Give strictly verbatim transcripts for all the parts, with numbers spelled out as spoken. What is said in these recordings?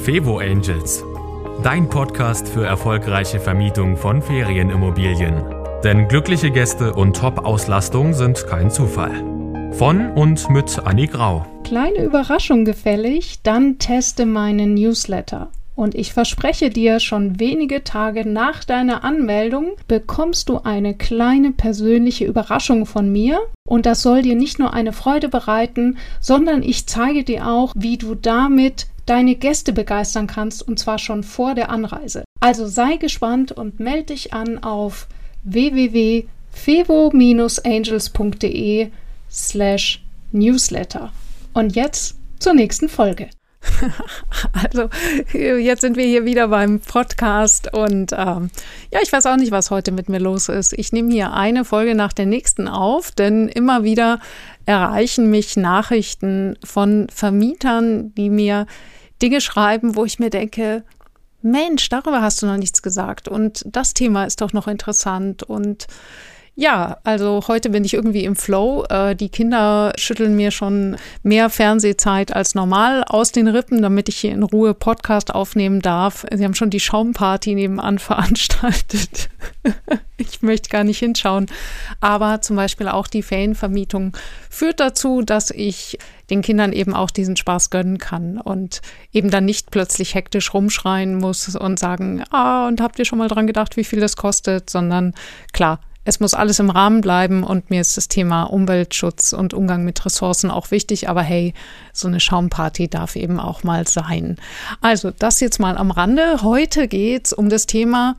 Fevo Angels, dein Podcast für erfolgreiche Vermietung von Ferienimmobilien. Denn glückliche Gäste und Top-Auslastung sind kein Zufall. Von und mit Anni Grau. Kleine Überraschung gefällig, dann teste meinen Newsletter. Und ich verspreche dir, schon wenige Tage nach deiner Anmeldung bekommst du eine kleine persönliche Überraschung von mir. Und das soll dir nicht nur eine Freude bereiten, sondern ich zeige dir auch, wie du damit deine Gäste begeistern kannst, und zwar schon vor der Anreise. Also sei gespannt und melde dich an auf w w w punkt fevo angels punkt de slash newsletter. Und jetzt zur nächsten Folge. Also jetzt sind wir hier wieder beim Podcast und ähm, ja, ich weiß auch nicht, was heute mit mir los ist. Ich nehme hier eine Folge nach der nächsten auf, denn immer wieder erreichen mich Nachrichten von Vermietern, die mir Dinge schreiben, wo ich mir denke, Mensch, darüber hast du noch nichts gesagt und das Thema ist doch noch interessant. Und ja, also heute bin ich irgendwie im Flow. Äh, die Kinder schütteln mir schon mehr Fernsehzeit als normal aus den Rippen, damit ich hier in Ruhe Podcast aufnehmen darf. Sie haben schon die Schaumparty nebenan veranstaltet. Ich möchte gar nicht hinschauen. Aber zum Beispiel auch die Ferienvermietung führt dazu, dass ich den Kindern eben auch diesen Spaß gönnen kann und eben dann nicht plötzlich hektisch rumschreien muss und sagen, ah, und habt ihr schon mal dran gedacht, wie viel das kostet, sondern klar, es muss alles im Rahmen bleiben und mir ist das Thema Umweltschutz und Umgang mit Ressourcen auch wichtig, aber hey, so eine Schaumparty darf eben auch mal sein. Also das jetzt mal am Rande. Heute geht's um das Thema,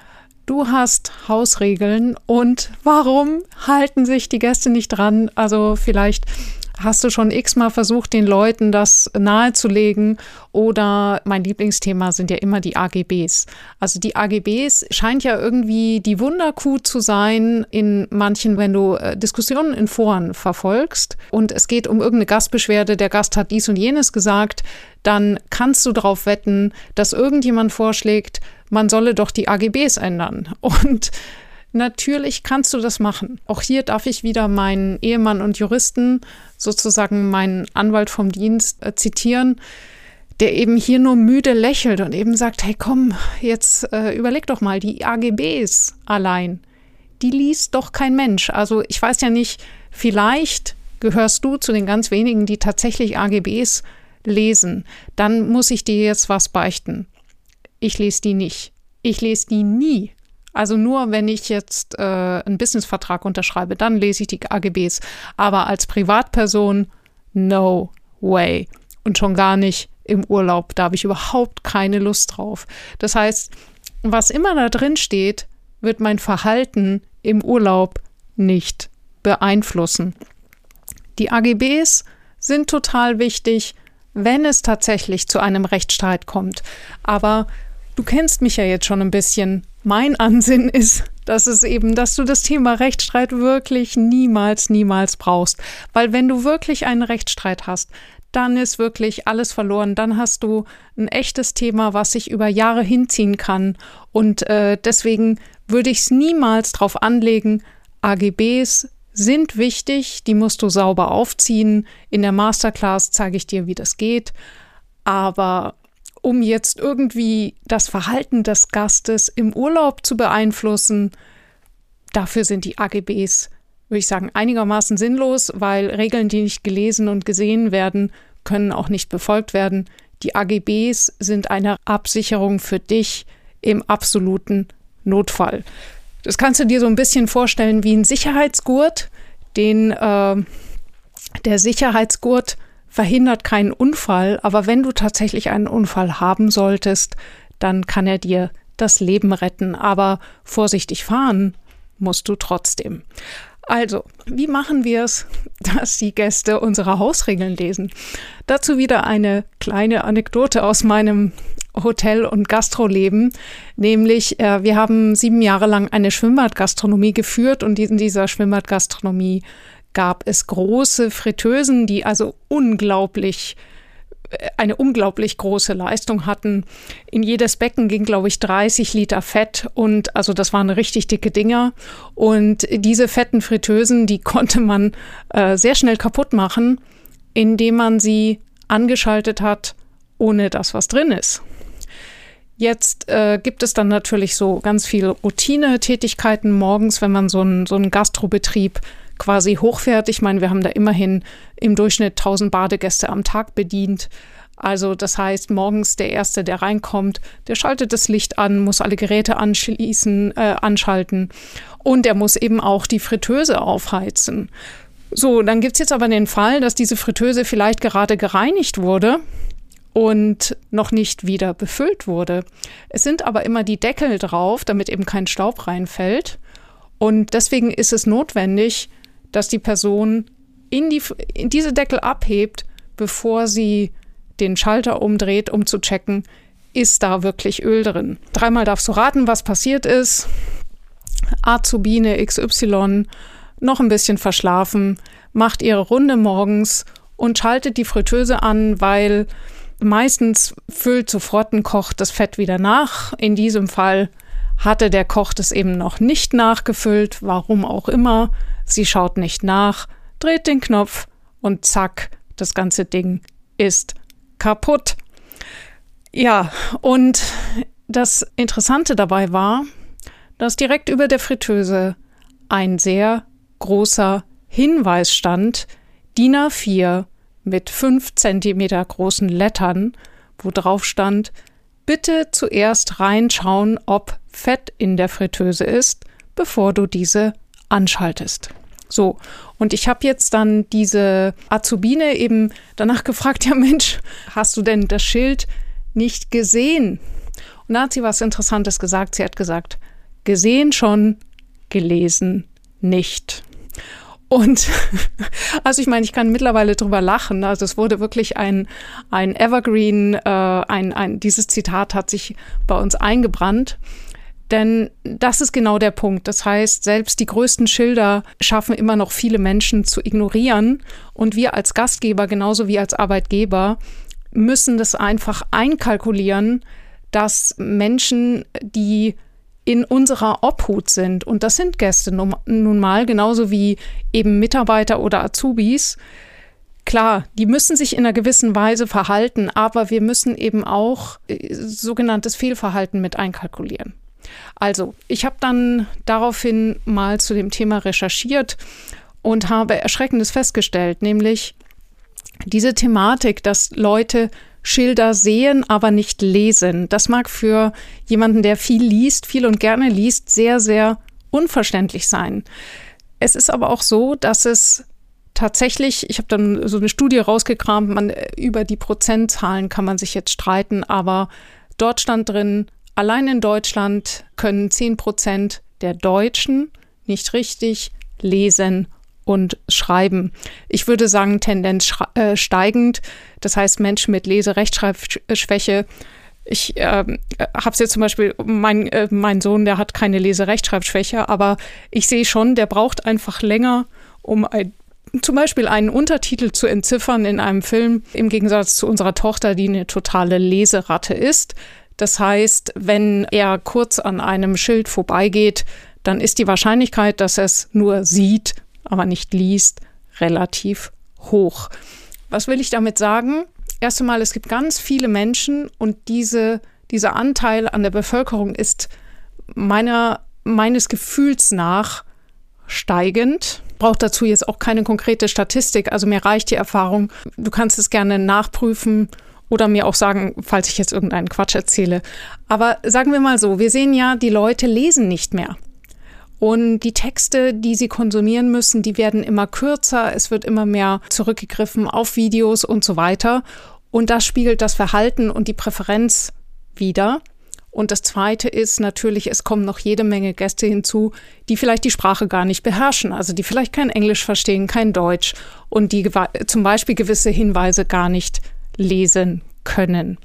du hast Hausregeln und warum halten sich die Gäste nicht dran? Also vielleicht hast du schon x-mal versucht, den Leuten das nahezulegen, oder mein Lieblingsthema sind ja immer die A G Bs. Also die A G Bs scheint ja irgendwie die Wunderkuh zu sein in manchen, wenn du äh, Diskussionen in Foren verfolgst und es geht um irgendeine Gastbeschwerde, der Gast hat dies und jenes gesagt, dann kannst du darauf wetten, dass irgendjemand vorschlägt, man solle doch die A G Bs ändern. Und natürlich kannst du das machen. Auch hier darf ich wieder meinen Ehemann und Juristen, sozusagen meinen Anwalt vom Dienst, äh, zitieren, der eben hier nur müde lächelt und eben sagt, hey komm, jetzt äh, überleg doch mal, die A G Bs allein, die liest doch kein Mensch. Also ich weiß ja nicht, vielleicht gehörst du zu den ganz wenigen, die tatsächlich A G Bs lesen. Dann muss ich dir jetzt was beichten. Ich lese die nicht. Ich lese die nie. Also nur, wenn ich jetzt äh, einen Businessvertrag unterschreibe, dann lese ich die A G Bs. Aber als Privatperson, no way. Und schon gar nicht im Urlaub. Da habe ich überhaupt keine Lust drauf. Das heißt, was immer da drin steht, wird mein Verhalten im Urlaub nicht beeinflussen. Die A G Bs sind total wichtig, wenn es tatsächlich zu einem Rechtsstreit kommt. Aber du kennst mich ja jetzt schon ein bisschen. Mein Ansinnen ist, dass es eben, dass du das Thema Rechtsstreit wirklich niemals, niemals brauchst. Weil wenn du wirklich einen Rechtsstreit hast, dann ist wirklich alles verloren. Dann hast du ein echtes Thema, was sich über Jahre hinziehen kann. Und äh, deswegen würde ich es niemals drauf anlegen. A G Bs sind wichtig, die musst du sauber aufziehen. In der Masterclass zeige ich dir, wie das geht. Aber um jetzt irgendwie das Verhalten des Gastes im Urlaub zu beeinflussen, dafür sind die A G Bs, würde ich sagen, einigermaßen sinnlos, weil Regeln, die nicht gelesen und gesehen werden, können auch nicht befolgt werden. Die A G Bs sind eine Absicherung für dich im absoluten Notfall. Das kannst du dir so ein bisschen vorstellen wie ein Sicherheitsgurt, den äh, der Sicherheitsgurt verhindert keinen Unfall, aber wenn du tatsächlich einen Unfall haben solltest, dann kann er dir das Leben retten. Aber vorsichtig fahren musst du trotzdem. Also, wie machen wir es, dass die Gäste unsere Hausregeln lesen? Dazu wieder eine kleine Anekdote aus meinem Hotel- und Gastroleben, nämlich äh, wir haben sieben Jahre lang eine Schwimmbadgastronomie geführt und in dieser Schwimmbadgastronomie gab es große Fritteusen, die also unglaublich, eine unglaublich große Leistung hatten. In jedes Becken ging, glaube ich, dreißig Liter Fett und also das waren richtig dicke Dinger. Und diese fetten Fritteusen, die konnte man äh, sehr schnell kaputt machen, indem man sie angeschaltet hat ohne das, was drin ist. Jetzt äh, gibt es dann natürlich so ganz viele Routine-Tätigkeiten morgens, wenn man so einen so einen Gastrobetrieb quasi hochfährt. Ich meine, wir haben da immerhin im Durchschnitt tausend Badegäste am Tag bedient. Also das heißt, morgens der Erste, der reinkommt, der schaltet das Licht an, muss alle Geräte anschließen, äh, anschalten und er muss eben auch die Fritteuse aufheizen. So, dann gibt es jetzt aber den Fall, dass diese Fritteuse vielleicht gerade gereinigt wurde und noch nicht wieder befüllt wurde. Es sind aber immer die Deckel drauf, damit eben kein Staub reinfällt. Und deswegen ist es notwendig, dass die Person in, die, in diese Deckel abhebt, bevor sie den Schalter umdreht, um zu checken, ist da wirklich Öl drin. Dreimal darfst du raten, was passiert ist. Azubine X Y, noch ein bisschen verschlafen, macht ihre Runde morgens und schaltet die Fritteuse an, weil meistens füllt sofort ein Koch das Fett wieder nach. In diesem Fall hatte der Koch das eben noch nicht nachgefüllt, warum auch immer. Sie schaut nicht nach, dreht den Knopf und zack, das ganze Ding ist kaputt. Ja, und das Interessante dabei war, dass direkt über der Fritteuse ein sehr großer Hinweis stand, D I N A vier mit fünf Zentimeter großen Lettern, wo drauf stand, bitte zuerst reinschauen, ob Fett in der Fritteuse ist, bevor du diese anschaltest. So, und ich habe jetzt dann diese Azubine eben danach gefragt, ja Mensch, hast du denn das Schild nicht gesehen? Und da hat sie was Interessantes gesagt. Sie hat gesagt, gesehen schon, gelesen nicht. Und also ich meine, ich kann mittlerweile drüber lachen. Also es wurde wirklich ein, ein Evergreen, äh, ein, ein, dieses Zitat hat sich bei uns eingebrannt. Denn das ist genau der Punkt. Das heißt, selbst die größten Schilder schaffen immer noch viele Menschen zu ignorieren. Und wir als Gastgeber, genauso wie als Arbeitgeber, müssen das einfach einkalkulieren, dass Menschen, die in unserer Obhut sind, und das sind Gäste nun, nun mal, genauso wie eben Mitarbeiter oder Azubis. Klar, die müssen sich in einer gewissen Weise verhalten, aber wir müssen eben auch äh, sogenanntes Fehlverhalten mit einkalkulieren. Also, ich habe dann daraufhin mal zu dem Thema recherchiert und habe Erschreckendes festgestellt, nämlich diese Thematik, dass Leute Schilder sehen, aber nicht lesen. Das mag für jemanden, der viel liest, viel und gerne liest, sehr, sehr unverständlich sein. Es ist aber auch so, dass es tatsächlich, ich habe dann so eine Studie rausgekramt, man, über die Prozentzahlen kann man sich jetzt streiten, aber dort stand drin, allein in Deutschland können zehn Prozent der Deutschen nicht richtig lesen und schreiben. Ich würde sagen, Tendenz äh, steigend. Das heißt, Menschen mit Lese-Rechtschreibschwäche. Ich äh, habe es jetzt zum Beispiel, mein, äh, mein Sohn, der hat keine Lese-Rechtschreibschwäche, aber ich sehe schon, der braucht einfach länger, um ein, zum Beispiel einen Untertitel zu entziffern in einem Film, im Gegensatz zu unserer Tochter, die eine totale Leseratte ist. Das heißt, wenn er kurz an einem Schild vorbeigeht, dann ist die Wahrscheinlichkeit, dass er es nur sieht, aber nicht liest, relativ hoch. Was will ich damit sagen? Erst einmal, es gibt ganz viele Menschen und diese, dieser Anteil an der Bevölkerung ist meiner, meines Gefühls nach steigend. Braucht dazu jetzt auch keine konkrete Statistik, also mir reicht die Erfahrung. Du kannst es gerne nachprüfen oder mir auch sagen, falls ich jetzt irgendeinen Quatsch erzähle. Aber sagen wir mal so, wir sehen ja, die Leute lesen nicht mehr. Und die Texte, die sie konsumieren müssen, die werden immer kürzer, es wird immer mehr zurückgegriffen auf Videos und so weiter. Und das spiegelt das Verhalten und die Präferenz wider. Und das Zweite ist natürlich, es kommen noch jede Menge Gäste hinzu, die vielleicht die Sprache gar nicht beherrschen, also die vielleicht kein Englisch verstehen, kein Deutsch und die zum Beispiel gewisse Hinweise gar nicht lesen können.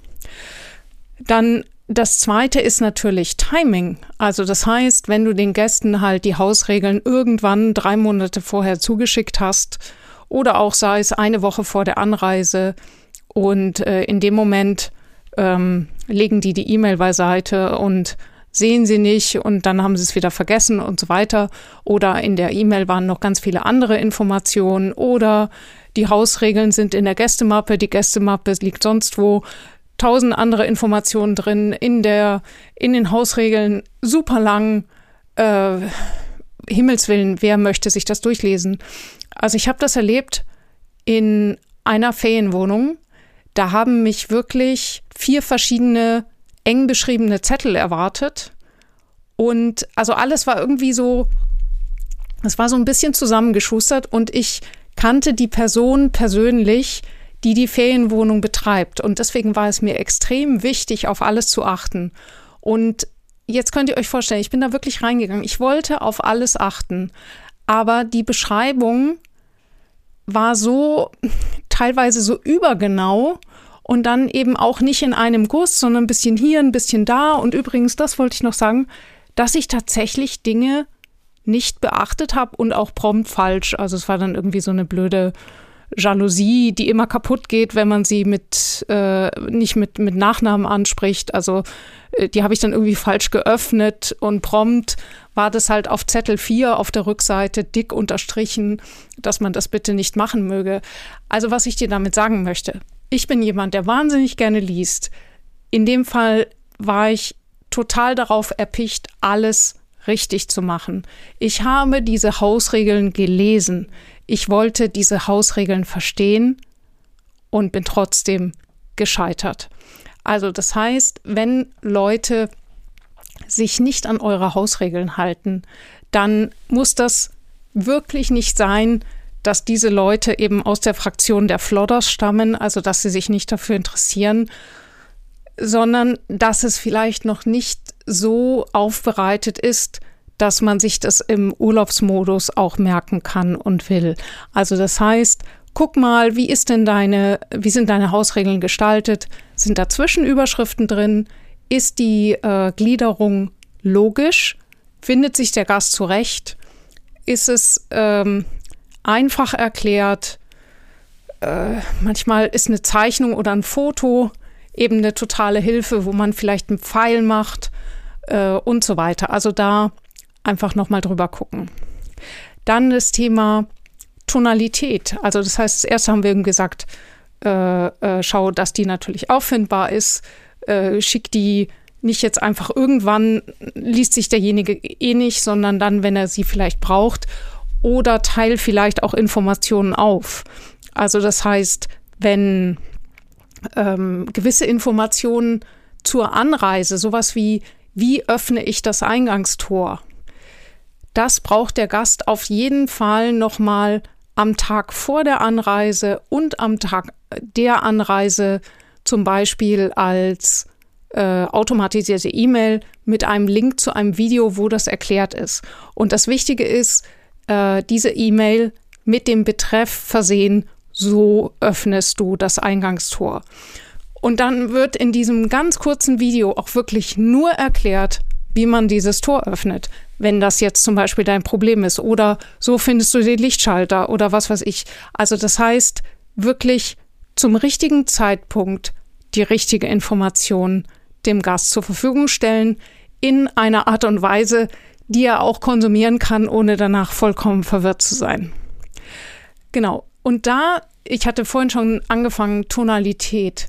Dann das Zweite ist natürlich Timing. Also das heißt, wenn du den Gästen halt die Hausregeln irgendwann drei Monate vorher zugeschickt hast oder auch sei es eine Woche vor der Anreise und äh, in dem Moment ähm, legen die die E-Mail beiseite und sehen sie nicht und dann haben sie es wieder vergessen und so weiter. Oder in der E-Mail waren noch ganz viele andere Informationen oder die Hausregeln sind in der Gästemappe, die Gästemappe liegt sonst wo. tausend andere Informationen drin, in der, in den Hausregeln super lang. Äh, Himmels Willen, wer möchte sich das durchlesen? Also ich habe das erlebt in einer Ferienwohnung. Da haben mich wirklich vier verschiedene eng beschriebene Zettel erwartet. Und also alles war irgendwie so, es war so ein bisschen zusammengeschustert und ich kannte die Person persönlich, die die Ferienwohnung betreibt. Und deswegen war es mir extrem wichtig, auf alles zu achten. Und jetzt könnt ihr euch vorstellen, ich bin da wirklich reingegangen. Ich wollte auf alles achten. Aber die Beschreibung war so, teilweise so übergenau und dann eben auch nicht in einem Guss, sondern ein bisschen hier, ein bisschen da. Und übrigens, das wollte ich noch sagen, dass ich tatsächlich Dinge nicht beachtet habe und auch prompt falsch. Also es war dann irgendwie so eine blöde Jalousie, die immer kaputt geht, wenn man sie mit äh, nicht mit, mit Nachnamen anspricht. Also äh, die habe ich dann irgendwie falsch geöffnet und prompt war das halt auf Zettel vier auf der Rückseite dick unterstrichen, dass man das bitte nicht machen möge. Also was ich dir damit sagen möchte, ich bin jemand, der wahnsinnig gerne liest. In dem Fall war ich total darauf erpicht, alles richtig zu machen. Ich habe diese Hausregeln gelesen. Ich wollte diese Hausregeln verstehen und bin trotzdem gescheitert. Also das heißt, wenn Leute sich nicht an eure Hausregeln halten, dann muss das wirklich nicht sein, dass diese Leute eben aus der Fraktion der Flodders stammen, also dass sie sich nicht dafür interessieren, sondern dass es vielleicht noch nicht so aufbereitet ist, dass man sich das im Urlaubsmodus auch merken kann und will. Also das heißt, guck mal, wie ist denn deine, wie sind deine Hausregeln gestaltet? Sind da Zwischenüberschriften drin? Ist die äh, Gliederung logisch? Findet sich der Gast zurecht? Ist es ähm, einfach erklärt? Äh, manchmal ist eine Zeichnung oder ein Foto eben eine totale Hilfe, wo man vielleicht einen Pfeil macht äh, und so weiter. Also da einfach nochmal drüber gucken. Dann das Thema Tonalität. Also das heißt, das erste haben wir eben gesagt, äh, äh, schau, dass die natürlich auffindbar ist. Äh, schick die nicht jetzt einfach irgendwann, liest sich derjenige eh nicht, sondern dann, wenn er sie vielleicht braucht. Oder teil vielleicht auch Informationen auf. Also das heißt, wenn ähm, gewisse Informationen zur Anreise, sowas wie, wie öffne ich das Eingangstor? Das braucht der Gast auf jeden Fall nochmal am Tag vor der Anreise und am Tag der Anreise, zum Beispiel als äh, automatisierte E-Mail mit einem Link zu einem Video, wo das erklärt ist. Und das Wichtige ist, äh, diese E-Mail mit dem Betreff versehen, so öffnest du das Eingangstor. Und dann wird in diesem ganz kurzen Video auch wirklich nur erklärt, wie man dieses Tor öffnet, wenn das jetzt zum Beispiel dein Problem ist. Oder so findest du den Lichtschalter oder was weiß ich. Also das heißt, wirklich zum richtigen Zeitpunkt die richtige Information dem Gast zur Verfügung stellen, in einer Art und Weise, die er auch konsumieren kann, ohne danach vollkommen verwirrt zu sein. Genau. Und da, ich hatte vorhin schon angefangen, Tonalität.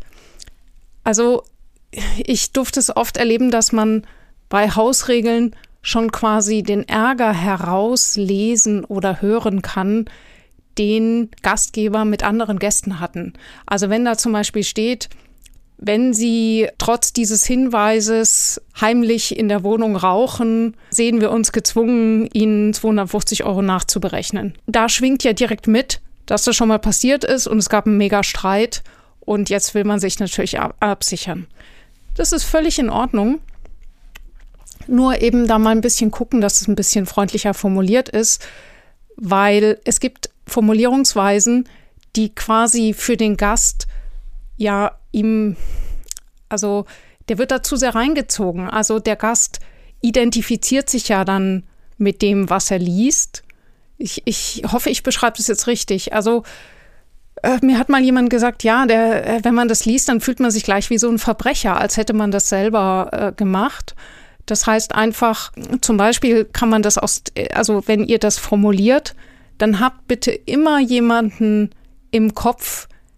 Also ich durfte es oft erleben, dass man bei Hausregeln schon quasi den Ärger herauslesen oder hören kann, den Gastgeber mit anderen Gästen hatten. Also wenn da zum Beispiel steht, wenn Sie trotz dieses Hinweises heimlich in der Wohnung rauchen, sehen wir uns gezwungen, Ihnen zweihundertfünfzig Euro nachzuberechnen. Da schwingt ja direkt mit, dass das schon mal passiert ist und es gab einen mega Streit und jetzt will man sich natürlich ab- absichern. Das ist völlig in Ordnung. Nur eben da mal ein bisschen gucken, dass es ein bisschen freundlicher formuliert ist, weil es gibt Formulierungsweisen, die quasi für den Gast ja ihm, also der wird dazu sehr reingezogen. Also der Gast identifiziert sich ja dann mit dem, was er liest. Ich, ich hoffe, ich beschreibe das jetzt richtig. Also äh, mir hat mal jemand gesagt, ja, der, äh, wenn man das liest, dann fühlt man sich gleich wie so ein Verbrecher, als hätte man das selber äh, gemacht. Das heißt einfach, zum Beispiel kann man das aus, also wenn ihr das formuliert, dann habt bitte immer jemanden im Kopf,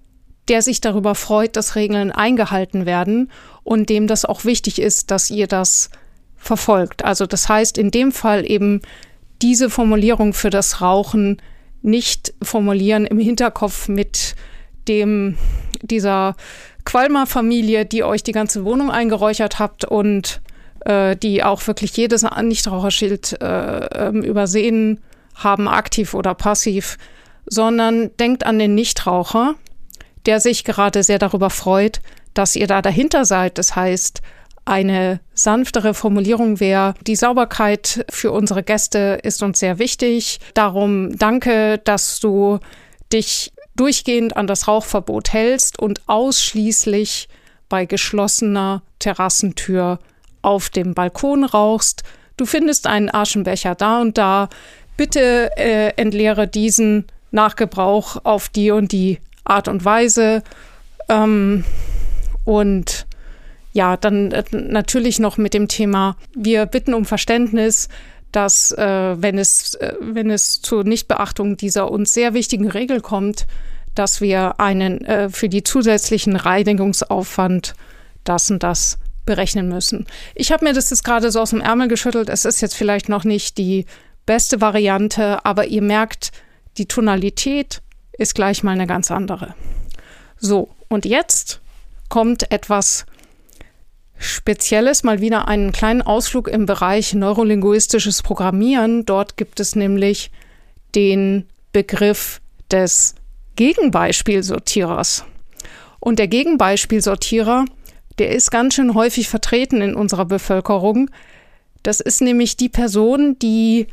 der sich darüber freut, dass Regeln eingehalten werden und dem das auch wichtig ist, dass ihr das verfolgt. Also das heißt in dem Fall eben diese Formulierung für das Rauchen nicht formulieren im Hinterkopf mit dem dieser Qualmer-Familie, die euch die ganze Wohnung eingeräuchert habt und äh, die auch wirklich jedes Nichtraucherschild äh, übersehen haben, aktiv oder passiv, sondern denkt an den Nichtraucher, der sich gerade sehr darüber freut, dass ihr da dahinter seid. Das heißt, eine sanftere Formulierung wäre, die Sauberkeit für unsere Gäste ist uns sehr wichtig. Darum danke, dass du dich durchgehend an das Rauchverbot hältst und ausschließlich bei geschlossener Terrassentür auf dem Balkon rauchst. Du findest einen Aschenbecher da und da. Bitte äh, entleere diesen nach Gebrauch auf die und die Art und Weise. Ähm, und ja, dann äh, natürlich noch mit dem Thema, wir bitten um Verständnis, dass äh, wenn es, äh, wenn es zur Nichtbeachtung dieser uns sehr wichtigen Regel kommt, dass wir einen äh, für die zusätzlichen Reinigungsaufwand das und das berechnen müssen. Ich habe mir das jetzt gerade so aus dem Ärmel geschüttelt. Es ist jetzt vielleicht noch nicht die beste Variante, aber ihr merkt, die Tonalität ist gleich mal eine ganz andere. So, und jetzt kommt etwas Spezielles, mal wieder einen kleinen Ausflug im Bereich neurolinguistisches Programmieren. Dort gibt es nämlich den Begriff des Gegenbeispielsortierers. Und der Gegenbeispielsortierer, der ist ganz schön häufig vertreten in unserer Bevölkerung. Das ist nämlich die Person, die,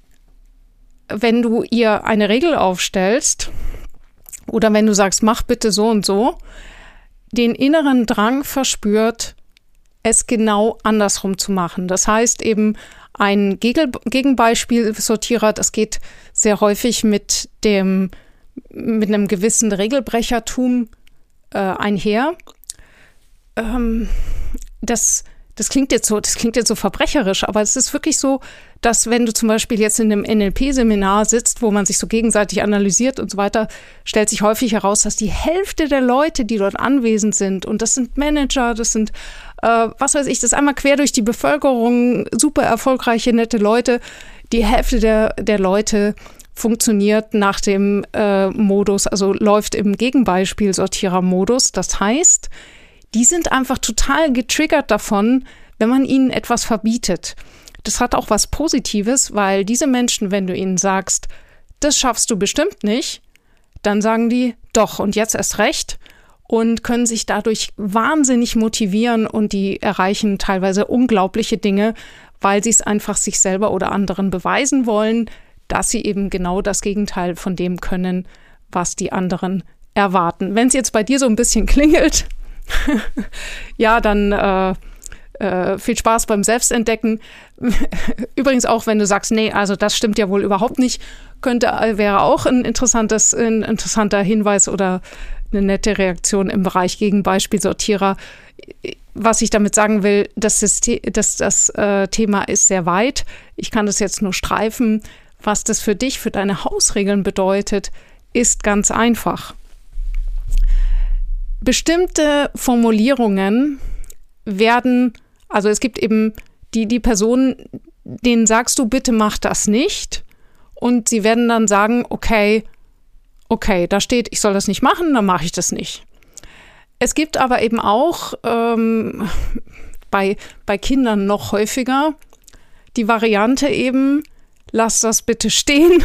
wenn du ihr eine Regel aufstellst oder wenn du sagst, mach bitte so und so, den inneren Drang verspürt, es genau andersrum zu machen. Das heißt eben, ein Gegenbeispielsortierer, das geht sehr häufig mit dem, mit einem gewissen Regelbrechertum äh, einher. Ähm, das, das klingt jetzt so, das klingt jetzt so verbrecherisch, aber es ist wirklich so, dass wenn du zum Beispiel jetzt in einem N L P-Seminar sitzt, wo man sich so gegenseitig analysiert und so weiter, stellt sich häufig heraus, dass die Hälfte der Leute, die dort anwesend sind, und das sind Manager, das sind, äh, was weiß ich, das ist einmal quer durch die Bevölkerung, super erfolgreiche, nette Leute, die Hälfte der, der Leute funktioniert nach dem äh, Modus, also läuft im Gegenbeispielsortierer-Modus. Das heißt, die sind einfach total getriggert davon, wenn man ihnen etwas verbietet. Das hat auch was Positives, weil diese Menschen, wenn du ihnen sagst, das schaffst du bestimmt nicht, dann sagen die, doch, und jetzt erst recht, und können sich dadurch wahnsinnig motivieren und die erreichen teilweise unglaubliche Dinge, weil sie es einfach sich selber oder anderen beweisen wollen, dass sie eben genau das Gegenteil von dem können, was die anderen erwarten. Wenn es jetzt bei dir so ein bisschen klingelt, ja, dann äh, äh, viel Spaß beim Selbstentdecken. Übrigens auch, wenn du sagst, nee, also das stimmt ja wohl überhaupt nicht, könnte, wäre auch ein interessantes, ein interessanter Hinweis oder eine nette Reaktion im Bereich Gegenbeispielsortierer. Was ich damit sagen will, das, System, das, das äh, Thema ist sehr weit. Ich kann das jetzt nur streifen. Was das für dich, für deine Hausregeln bedeutet, ist ganz einfach. Bestimmte Formulierungen werden, also es gibt eben die, die Personen, denen sagst du, bitte mach das nicht. Und sie werden dann sagen, okay, okay, da steht, ich soll das nicht machen, dann mache ich das nicht. Es gibt aber eben auch ähm, bei, bei Kindern noch häufiger die Variante eben, lass das bitte stehen.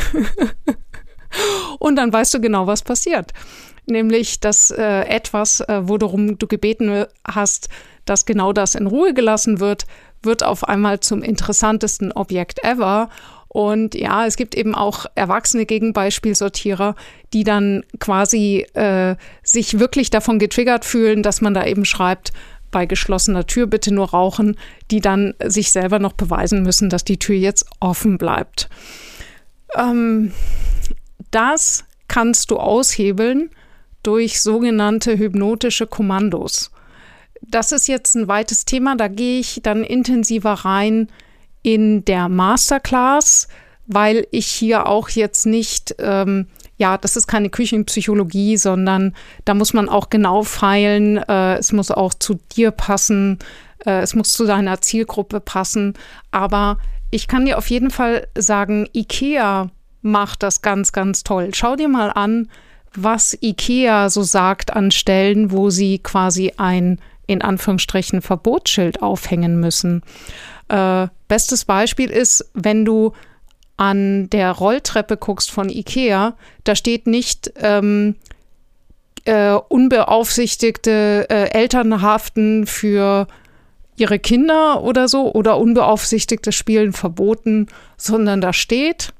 Und dann weißt du genau, was passiert. Nämlich, dass äh, etwas, äh, worum du gebeten hast, dass genau das in Ruhe gelassen wird, wird auf einmal zum interessantesten Objekt ever. Und ja, es gibt eben auch erwachsene Gegenbeispielsortierer, die dann quasi äh, sich wirklich davon getriggert fühlen, dass man da eben schreibt, bei geschlossener Tür bitte nur rauchen, die dann sich selber noch beweisen müssen, dass die Tür jetzt offen bleibt. Ähm, das kannst du aushebeln durch sogenannte hypnotische Kommandos. Das ist jetzt ein weites Thema, da gehe ich dann intensiver rein in der Masterclass, weil ich hier auch jetzt nicht ähm, ja, das ist keine Küchenpsychologie, sondern da muss man auch genau feilen. Äh, es muss auch zu dir passen. Äh, es muss zu deiner Zielgruppe passen. Aber ich kann dir auf jeden Fall sagen, IKEA macht das ganz, ganz toll. Schau dir mal an, was IKEA so sagt an Stellen, wo sie quasi ein, in Anführungsstrichen, Verbotsschild aufhängen müssen. Äh, bestes Beispiel ist, wenn du an der Rolltreppe guckst von IKEA, da steht nicht ähm, äh, unbeaufsichtigte äh, Eltern haften für ihre Kinder oder so oder unbeaufsichtigtes Spielen verboten, sondern da steht: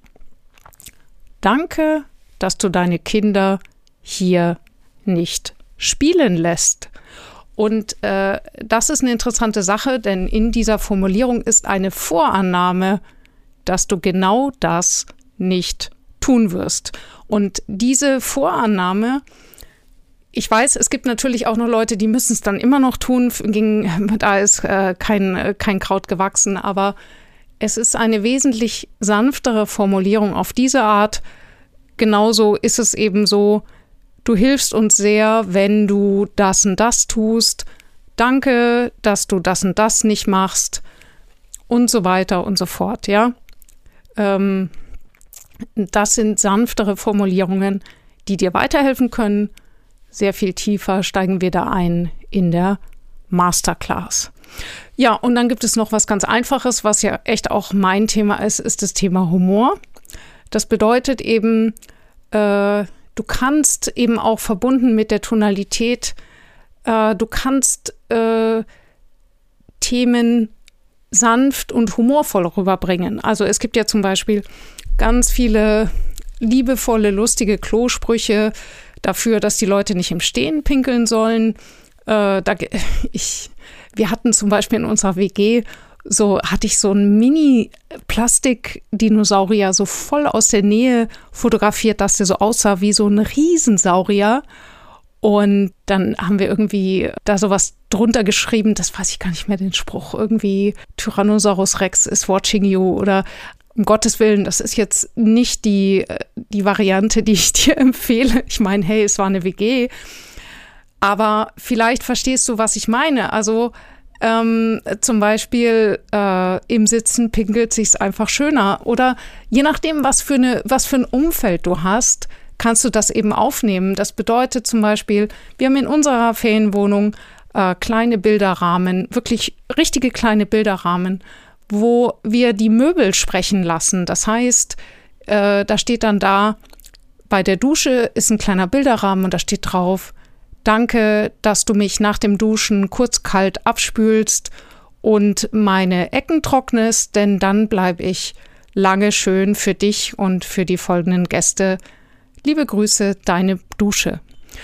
Danke, dass du deine Kinder hier nicht spielen lässt. Und äh, das ist eine interessante Sache, denn in dieser Formulierung ist eine Vorannahme, dass du genau das nicht tun wirst. Und diese Vorannahme, ich weiß, es gibt natürlich auch noch Leute, die müssen es dann immer noch tun, gegen, da ist äh, kein, kein Kraut gewachsen, aber es ist eine wesentlich sanftere Formulierung auf diese Art. Genauso ist es eben so, du hilfst uns sehr, wenn du das und das tust. Danke, dass du das und das nicht machst und so weiter und so fort, ja. Ähm, das sind sanftere Formulierungen, die dir weiterhelfen können. Sehr viel tiefer steigen wir da ein in der Masterclass. Ja, und dann gibt es noch was ganz Einfaches, was ja echt auch mein Thema ist, ist das Thema Humor. Das bedeutet eben, äh, du kannst eben auch verbunden mit der Tonalität, äh, du kannst äh, Themen sanft und humorvoll rüberbringen. Also es gibt ja zum Beispiel ganz viele liebevolle, lustige Klosprüche dafür, dass die Leute nicht im Stehen pinkeln sollen. Äh, da, ich, wir hatten zum Beispiel in unserer W G, so hatte ich so einen Mini-Plastik-Dinosaurier so voll aus der Nähe fotografiert, dass der so aussah wie so ein Riesensaurier. Und dann haben wir irgendwie da sowas drunter geschrieben, das weiß ich gar nicht mehr, den Spruch, irgendwie Tyrannosaurus Rex is watching you oder um Gottes Willen, das ist jetzt nicht die, die Variante, die ich dir empfehle. Ich meine, hey, es war eine W G, aber vielleicht verstehst du, was ich meine. Also ähm, zum Beispiel äh, im Sitzen pinkelt sich's einfach schöner oder je nachdem, was für eine, was für ein Umfeld du hast, kannst du das eben aufnehmen. Das bedeutet zum Beispiel, wir haben in unserer Ferienwohnung äh, kleine Bilderrahmen, wirklich richtige kleine Bilderrahmen, wo wir die Möbel sprechen lassen. Das heißt, äh, da steht dann da, bei der Dusche ist ein kleiner Bilderrahmen und da steht drauf: Danke, dass du mich nach dem Duschen kurz kalt abspülst und meine Ecken trocknest, denn dann bleibe ich lange schön für dich und für die folgenden Gäste. Liebe Grüße, deine Dusche.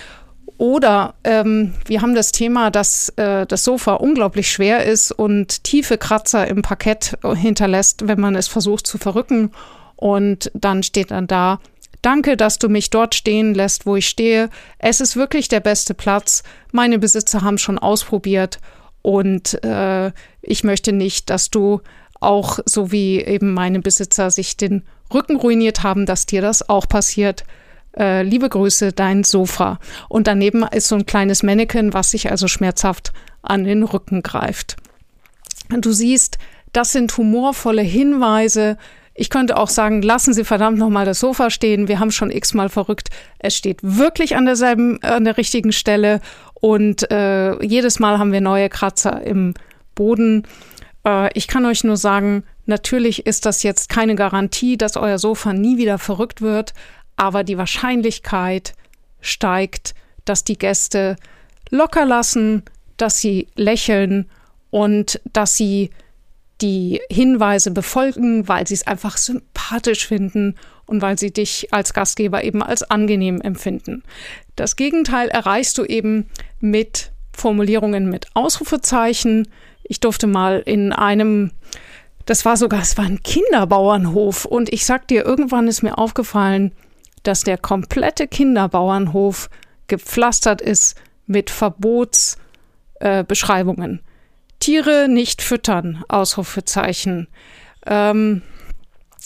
Oder ähm, wir haben das Thema, dass äh, das Sofa unglaublich schwer ist und tiefe Kratzer im Parkett hinterlässt, wenn man es versucht zu verrücken. Und dann steht dann da: Danke, dass du mich dort stehen lässt, wo ich stehe. Es ist wirklich der beste Platz. Meine Besitzer haben schon ausprobiert und äh, ich möchte nicht, dass du auch, so wie eben meine Besitzer sich den Rücken ruiniert haben, dass dir das auch passiert. Äh, liebe Grüße, dein Sofa. Und daneben ist so ein kleines Mannequin, was sich also schmerzhaft an den Rücken greift. Du siehst, das sind humorvolle Hinweise. Ich könnte auch sagen, lassen Sie verdammt nochmal das Sofa stehen. Wir haben schon x-mal verrückt. Es steht wirklich an derselben, an der richtigen Stelle. Und äh, jedes Mal haben wir neue Kratzer im Boden. Äh, ich kann euch nur sagen, natürlich ist das jetzt keine Garantie, dass euer Sofa nie wieder verrückt wird. Aber die Wahrscheinlichkeit steigt, dass die Gäste locker lassen, dass sie lächeln und dass sie die Hinweise befolgen, weil sie es einfach sympathisch finden und weil sie dich als Gastgeber eben als angenehm empfinden. Das Gegenteil erreichst du eben mit Formulierungen mit Ausrufezeichen. Ich durfte mal in einem, das war sogar, es war ein Kinderbauernhof und ich sag dir, irgendwann ist mir aufgefallen, dass der komplette Kinderbauernhof gepflastert ist mit Verbotsbeschreibungen. Äh, Tiere nicht füttern, Ausrufezeichen. Ähm,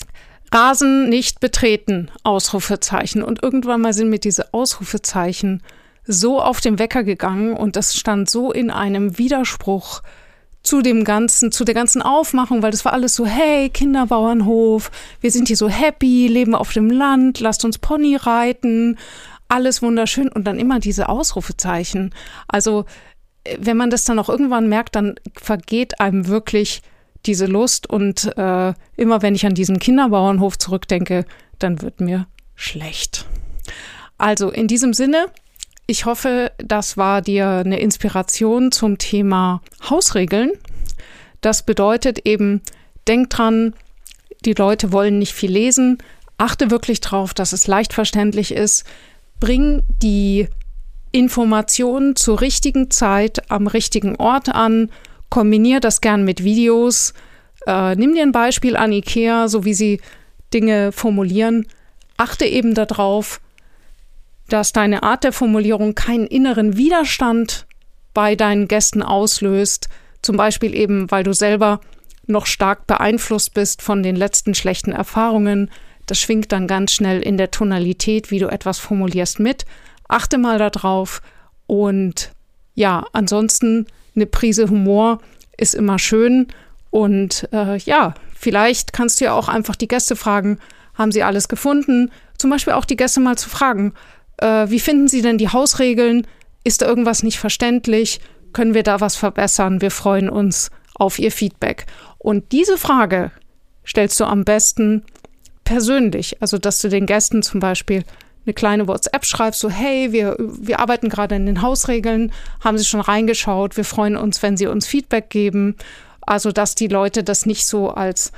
Rasen nicht betreten, Ausrufezeichen. Und irgendwann mal sind mir diese Ausrufezeichen so auf den Wecker gegangen und das stand so in einem Widerspruch zu dem ganzen, zu der ganzen Aufmachung, weil das war alles so, hey, Kinderbauernhof, wir sind hier so happy, leben auf dem Land, lasst uns Pony reiten, alles wunderschön und dann immer diese Ausrufezeichen. Also wenn man das dann auch irgendwann merkt, dann vergeht einem wirklich diese Lust und äh, immer wenn ich an diesen Kinderbauernhof zurückdenke, dann wird mir schlecht. Also in diesem Sinne, ich hoffe, das war dir eine Inspiration zum Thema Hausregeln. Das bedeutet eben, denk dran, die Leute wollen nicht viel lesen. Achte wirklich drauf, dass es leicht verständlich ist. Bring die Informationen zur richtigen Zeit am richtigen Ort an. Kombiniere das gern mit Videos. Äh, nimm dir ein Beispiel an IKEA, so wie sie Dinge formulieren. Achte eben darauf, dass deine Art der Formulierung keinen inneren Widerstand bei deinen Gästen auslöst. Zum Beispiel eben, weil du selber noch stark beeinflusst bist von den letzten schlechten Erfahrungen. Das schwingt dann ganz schnell in der Tonalität, wie du etwas formulierst, mit. Achte mal darauf. Und ja, ansonsten eine Prise Humor ist immer schön. Und äh, ja, vielleicht kannst du ja auch einfach die Gäste fragen, haben sie alles gefunden? Zum Beispiel auch die Gäste mal zu fragen, äh, wie finden sie denn die Hausregeln? Ist da irgendwas nicht verständlich? Können wir da was verbessern? Wir freuen uns auf ihr Feedback. Und diese Frage stellst du am besten persönlich. Also, dass du den Gästen zum Beispiel eine kleine WhatsApp schreibst, so hey, wir, wir arbeiten gerade in den Hausregeln, haben Sie schon reingeschaut? Wir freuen uns, wenn Sie uns Feedback geben. Also, dass die Leute das nicht so als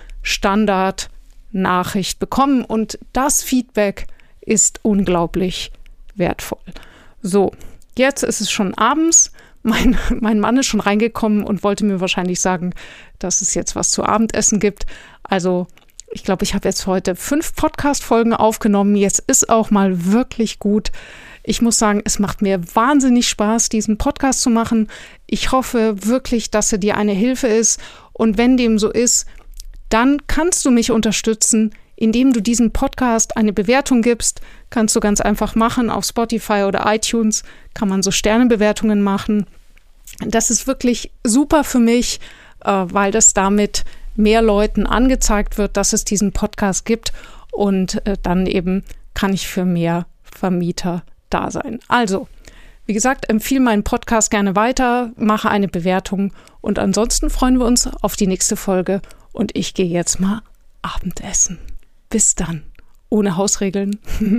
Standardnachricht bekommen. Und das Feedback ist unglaublich wertvoll. So, jetzt ist es schon abends. Mein, mein Mann ist schon reingekommen und wollte mir wahrscheinlich sagen, dass es jetzt was zu Abendessen gibt. Also ich glaube, ich habe jetzt heute fünf Podcast-Folgen aufgenommen. Jetzt ist auch mal wirklich gut. Ich muss sagen, es macht mir wahnsinnig Spaß, diesen Podcast zu machen. Ich hoffe wirklich, dass er dir eine Hilfe ist. Und wenn dem so ist, dann kannst du mich unterstützen, indem du diesem Podcast eine Bewertung gibst. Kannst du ganz einfach machen. Auf Spotify oder iTunes kann man so Sternebewertungen machen. Das ist wirklich super für mich, weil das damit mehr Leuten angezeigt wird, dass es diesen Podcast gibt. Und dann eben kann ich für mehr Vermieter da sein. Also, wie gesagt, empfehle meinen Podcast gerne weiter, mache eine Bewertung. Und ansonsten freuen wir uns auf die nächste Folge. Und ich gehe jetzt mal Abendessen. Bis dann. Ohne Hausregeln.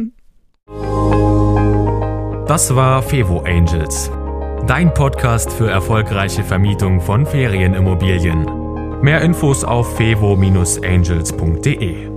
Das war Fevo Angels, dein Podcast für erfolgreiche Vermietung von Ferienimmobilien. Mehr Infos auf fevo Bindestrich angels Punkt de.